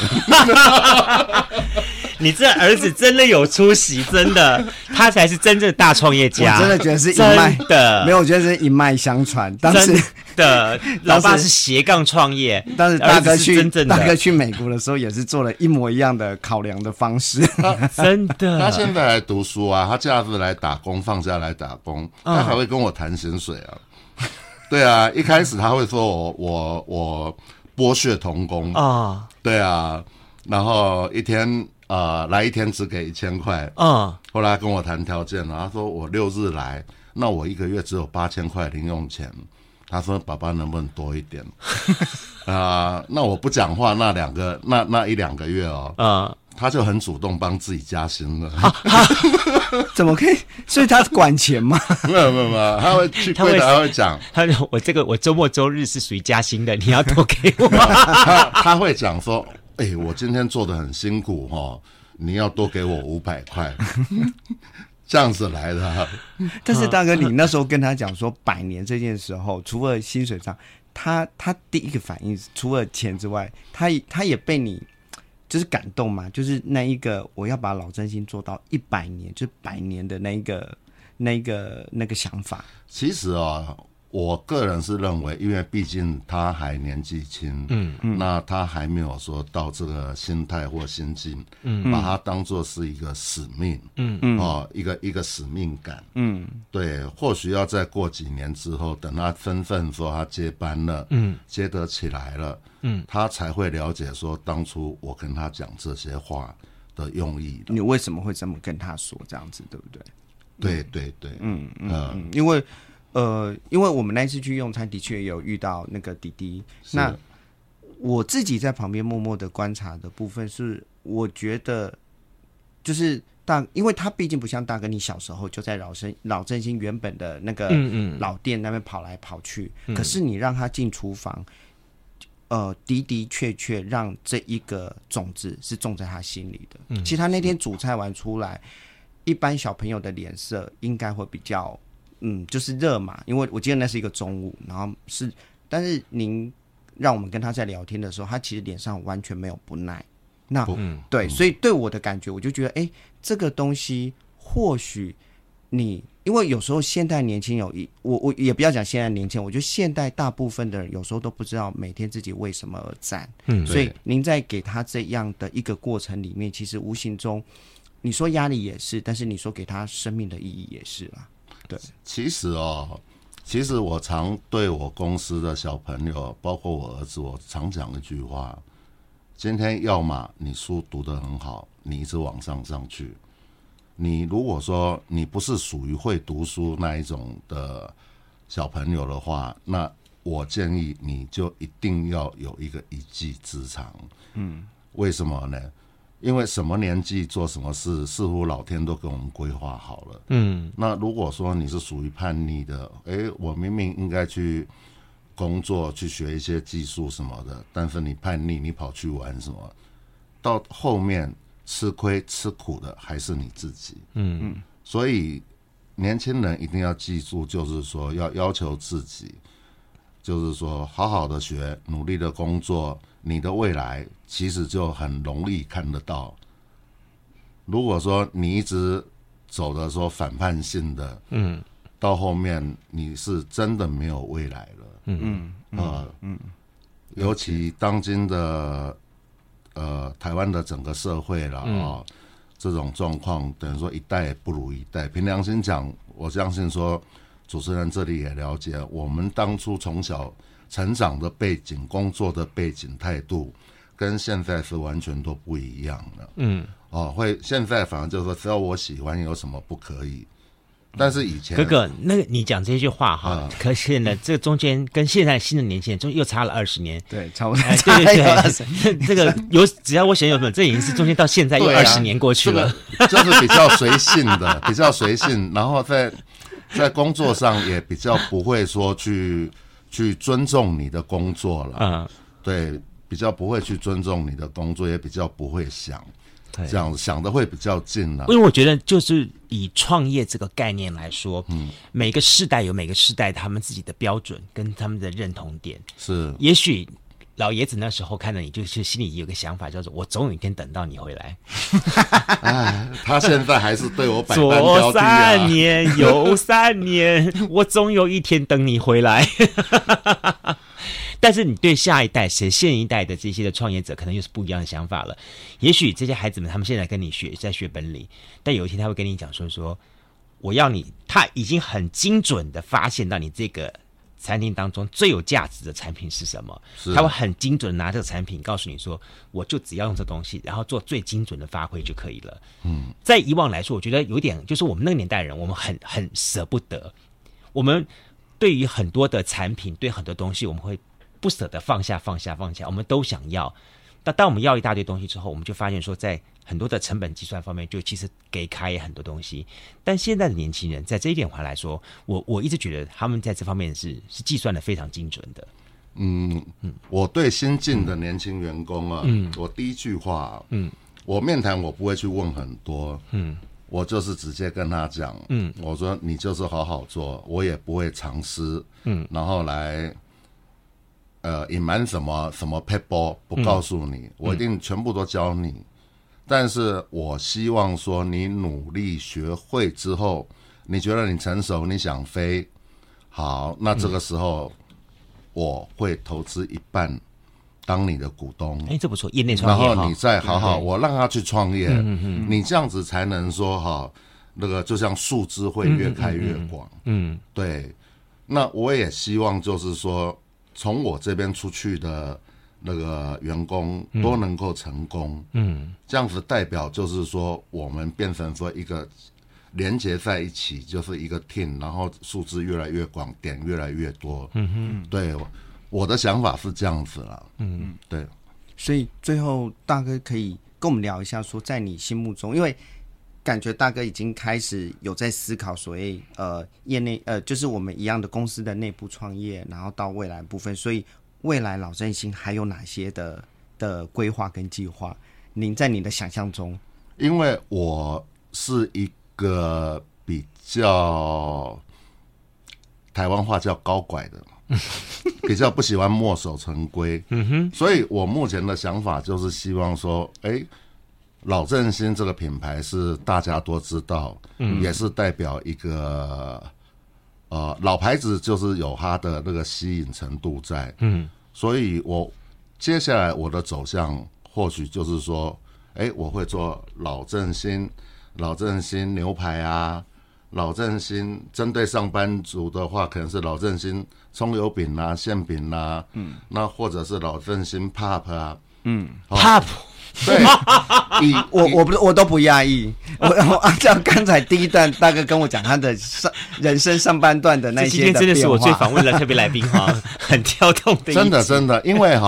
你这儿子真的有出息，真的，他才是真正的大创业家。 我真的觉得是一脉的， 没有，我觉得是一脉相传。当时的老爸是斜杠创业， 但是大哥去美国的时候也是做了一模一样的考量的方式。 真的， 他现在来读书啊，他假日来打工，放假来打工，他还会跟我谈薪水啊。对啊，一开始他会说我剥削童工啊，对啊，然后一天来一天只给1000块，后来跟我谈条件了，他说我6日来，那我1个月只有8000块零用钱。他说：“爸爸能不能多一点？”那我不讲话，那1-2个月他就很主动帮自己加薪了。 怎么可以？所以他管钱吗？ 没有，他会去柜台会讲， 我周末周日是属于加薪的，你要多给我。 他会讲说：“我今天做得很辛苦你要多给我500块。”这样子来的。 但是大哥，你那时候跟他讲说100年这件时候，除了薪水上，他第一个反应除了钱之外，他也被你就是感动嘛，就是那一个我要把老振兴做到100年，就是100年的那个想法。 其实我个人是认为，因为毕竟他还年纪轻，那他还没有说到这个心态或心境，把它当作是一个使命，一个使命感，对，或许要再过几年之后，等他身份说他接班了，接得起来了，他才会了解说当初我跟他讲这些话的用意。 你为什么会这么跟他说？这样子对不对？ 对， 因为我们那次去用餐，的确有遇到那个弟弟。那我自己在旁边默默的观察的部分是，我觉得就是因为他毕竟不像大哥，你小时候就在老振兴原本的那个老店那边跑来跑去，可是你让他进厨房，的确让这一个种子是种在他心里的。其实他那天煮菜完出来，一般小朋友的脸色应该会比较。就是热嘛，因为我记得那是一个中午，然后但是您让我们跟他在聊天的时候，他其实脸上完全没有不耐。对，所以对我的感觉，我就觉得，这个东西或许因为有时候现代年轻我也不要讲现代年轻人，我觉得现代大部分的人有时候都不知道每天自己为什么而战。所以您在给他这样的一个过程里面，其实无形中你说压力也是，但是你说给他生命的意义也是啦。对， 其实我常对我公司的小朋友，包括我儿子，我常讲一句话：今天要么你书读得很好，你一直往上去；你如果说你不是属于会读书那一种的小朋友的话，那我建议你就一定要有一个一技之长。为什么呢？因为什么年纪做什么事，似乎老天都给我们规划好了。那如果说你是属于叛逆的，我明明应该去工作，去学一些技术什么的，但是你叛逆，你跑去玩什么，到后面吃亏吃苦的还是你自己。所以年轻人一定要记住，就是说要求自己，就是说好好的学，努力的工作，你的未来其实就很容易看得到。如果说你一直走的说反叛性的，到后面你是真的没有未来了。尤其当今的台湾的整个社会啦，这种状况等于说一代不如一代。凭良心讲，我相信说主持人这里也了解，我们当初从小成长的背景、工作的背景、态度，跟现在是完全都不一样的。会现在反而就是说，只要我喜欢，有什么不可以？但是以前哥哥，那个你讲这句话哈，可是呢，这个中间跟现在新的年轻人中又差了20年， 对，差不多， 对，这个只要我选有什么，这已经是中间到现在又20年过去了， 就是比较随性的，比较随性，然后在工作上也比较不会说去尊重你的工作了，对，比较不会去尊重你的工作，也比较不会想。这样想的会比较近了， 因为我觉得就是以创业这个概念来说，每个世代有每个世代他们自己的标准跟他们的认同点。 是， 也许老爷子那时候看到你，就是心里有个想法，叫做我总有一天等到你回来。 他现在还是对我百般挑剔啊。 左3年右3年，我总有一天等你回来。但是你对下一代现一代的这些的创业者可能又是不一样的想法了。也许这些孩子们他们现在跟你在学本领，但有一天他会跟你讲说我要你，他已经很精准的发现到你这个餐厅当中最有价值的产品是什么，他会很精准的拿这个产品告诉你说，我就只要用这东西，然后做最精准的发挥就可以了。在以往来说，我觉得有点就是我们那个年代人，我们很舍不得，我们对于很多的产品，对很多东西，我们会不舍得放下，我们都想要。但当我们要一大堆东西之后，我们就发现说，在很多的成本计算方面，就其实给开很多东西。但现在的年轻人在这一点上来说，我一直觉得他们在这方面是计算的非常精准的。 我对新进的年轻员工啊，我第一句话，我面谈我不会去问很多，我就是直接跟他讲，我说你就是好好做，我也不会藏私，然后来隐瞒什么 paper 不告诉你，我一定全部都教你。但是我希望说你努力学会之后，你觉得你成熟，你想飞，好，那这个时候我会投资一半当你的股东。 这不错，业内创业， 然后你再好好，我让他去创业，你这样子才能说那个就像树枝会越开越广。对。那我也希望就是说，从我这边出去的那个员工都能够成功，这样子代表就是说我们变成说一个连结在一起，就是一个 team， 然后数字越来越广，点越来越多。对，我的想法是这样子啦。对。 所以最后大哥可以跟我们聊一下，说在你心目中，因为感觉大哥已经开始有在思考所谓业内就是我们一样的公司的内部创业，然后到未来部分，所以未来老振兴还有哪些的规划跟计划？您在你的想象中？ 因为我是一个比较台湾话叫高拐的，比较不喜欢墨守成规，所以我目前的想法就是希望说，老振兴这个品牌是大家都知道，也是代表一个老牌子，就是有它的那个吸引程度在，所以我接下来我的走向或许就是说，我会做老振兴牛排啊，老振兴针对上班族的话，可能是老振兴葱油饼啊、馅饼啊，那或者是老振兴 pop 啊 ，pop。 对， 我都不讶异。我按照刚才第一段大哥跟我讲他的人生上半段的那些的变化， 今天真的是我最访问的特别来宾哈，很跳动的一集。 真的，因为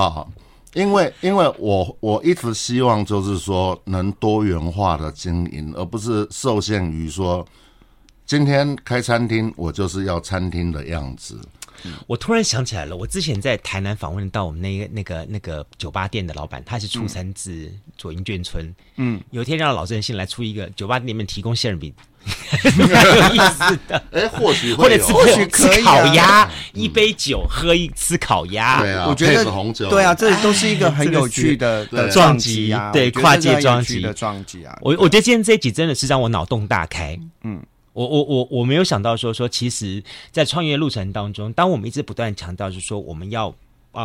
我一直希望就是说能多元化的经营，而不是受限于说今天开餐厅我就是要餐厅的样子， 我突然想起来了，我之前在台南访问到我们那个酒吧店的老板，他是出身自左营眷村。有一天让老振兴来出一个酒吧店里面提供馅饼。蛮有意思的， 或许会有， 或许可以吃烤鸭，一杯酒喝一吃烤鸭， 对啊， 我觉得红酒， 对啊，这都是一个很有趣的撞击啊， 对，跨界撞击的撞击啊。 我觉得今天这一集真的是让我脑洞大开。我没有想到说，其实，在创业路程当中，当我们一直不断强调，就是说我们要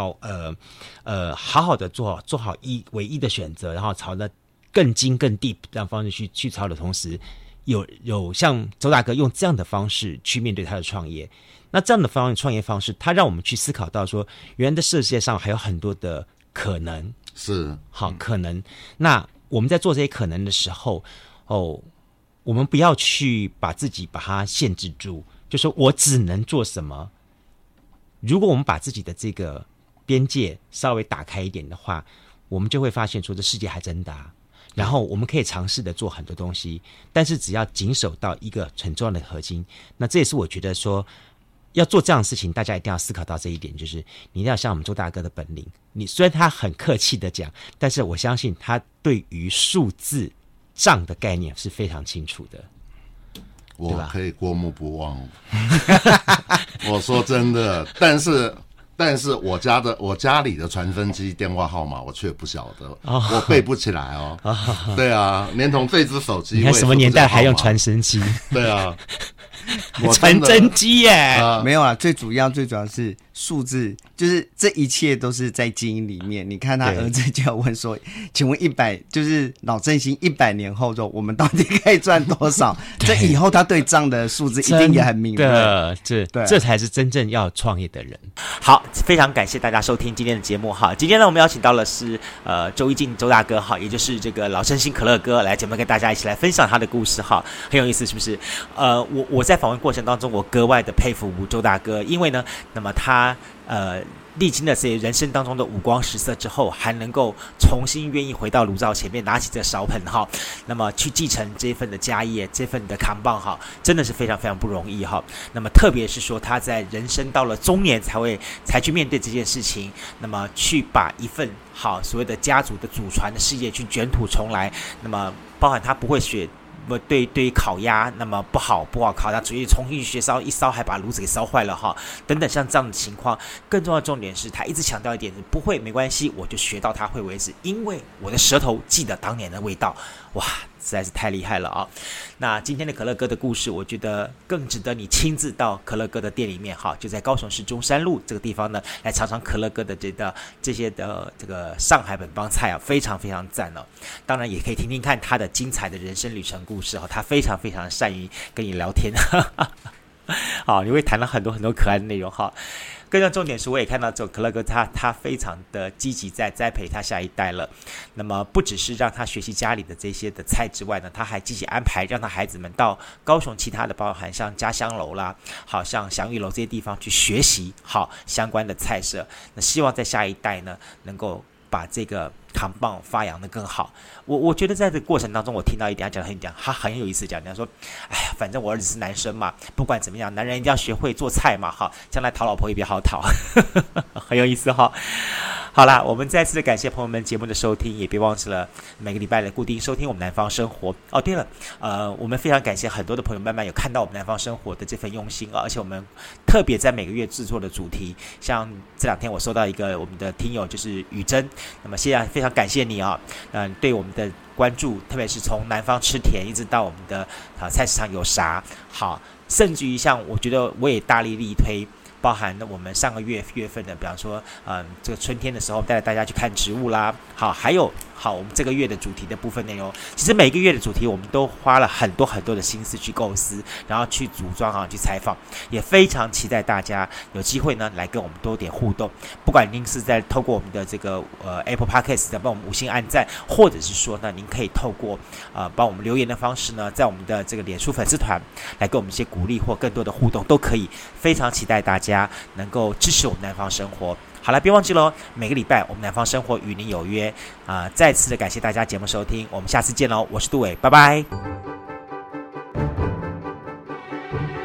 好好的做好唯一的选择，然后朝着更精更 deep 这样方式去朝的同时。有像周大哥用这样的方式去面对他的创业，那这样的创业方式，他让我们去思考到说，原来的世界上还有很多的可能， 是好可能。那我们在做这些可能的时候，我们不要去把它限制住，就说我只能做什么。如果我们把自己的这个边界稍微打开一点的话，我们就会发现说，这世界还真大。然后我们可以尝试的做很多东西，但是只要谨守到一个很重要的核心，那这也是我觉得说要做这样的事情，大家一定要思考到这一点，就是你一定要像我们周大哥的本领。你虽然他很客气的讲，但是我相信他对于数字账的概念是非常清楚的。 我可以过目不忘。我说真的，但是我家里的传真机电话号码我却不晓得，我背不起来哦。对啊，连同这只手机， 你看什么年代还用传真机？ 对啊， 传真机耶， 没有啊，最主要是数字，就是这一切都是在基因里面。你看他儿子就要问说，请问就是老振兴100年后之后，我们到底可以赚多少？这以后他对这样的数字一定也很敏锐。 这才是真正要创业的人。 好，非常感谢大家收听今天的节目哈。今天呢，我们邀请到的是周一静周大哥哈，也就是这个老振兴可乐哥来节目跟大家一起来分享他的故事哈，很有意思，是不是？我在访问过程当中，我格外的佩服周大哥，因为呢，那么他历经了这些人生当中的五光十色之后，还能够重新愿意回到炉灶前面，拿起这个勺盆哈，那么去继承这份的家业，这份的扛棒哈，真的是非常非常不容易哈。那么特别是说他在人生到了中年才去面对这件事情，那么去把一份好所谓的家族的祖传的事业去卷土重来，那么包含他不会学。对于烤鸭，那么不好烤，他直接重新学烧，一烧还把炉子给烧坏了哈，等等像这样的情况。更重要的重点是他一直强调一点，不会没关系，我就学到他会为止，因为我的舌头记得当年的味道。哇，实在是太厉害了啊！那今天的可乐哥的故事，我觉得更值得你亲自到可乐哥的店里面哈，就在高雄市中山路这个地方呢，来尝尝可乐哥的这些的这个上海本帮菜啊，非常非常赞哦。当然也可以听听看他的精彩的人生旅程故事哈，他非常非常善于跟你聊天，好，你会谈到很多很多可爱的内容哈。更重点是，我也看到这可乐哥他非常的积极在栽培他下一代了。那么不只是让他学习家里的这些的菜之外呢，他还积极安排让他孩子们到高雄其他的，包含像家乡楼啦，好像祥玉楼这些地方去学习好相关的菜色。那希望在下一代呢，能够把这个扛棒发扬的更好。我觉得在这个过程当中，我听到一点，他很有意思，讲说，哎呀，反正我儿子是男生嘛，不管怎么样，男人一定要学会做菜嘛，哈，将来讨老婆也比较好讨，很有意思哈。好啦，我们再次的感谢朋友们节目的收听，也别忘记了每个礼拜的固定收听我们南方生活。哦，对了，我们非常感谢很多的朋友慢慢有看到我们南方生活的这份用心而且我们特别在每个月制作的主题，像这2天我收到一个我们的听友就是雨珍，那么现在非常感谢你啊，对我们的关注，特别是从南方吃甜一直到我们的菜市场有啥好，甚至于像我觉得我也大力力推。包含我们上个月份的，比方说，这个春天的时候带着大家去看植物啦，好，还有我们这个月的主题的部分内容，其实每个月的主题我们都花了很多很多的心思去构思，然后去组装去采访，也非常期待大家有机会呢来跟我们多点互动，不管您是在透过我们的这个Apple Podcast 的帮我们5星按赞，或者是说呢您可以透过帮我们留言的方式呢，在我们的这个脸书粉丝团来给我们一些鼓励或更多的互动都可以，非常期待大家能够支持我们南方生活。好了，别忘记咯，每个礼拜我们南方生活与您有约再次的感谢大家节目收听，我们下次见咯，我是杜伟，拜拜。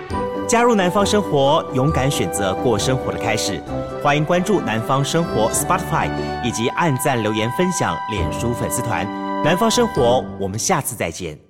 加入南方生活，勇敢选择过生活的开始。欢迎关注南方生活 Spotify 以及按赞留言分享脸书粉丝团。南方生活，我们下次再见。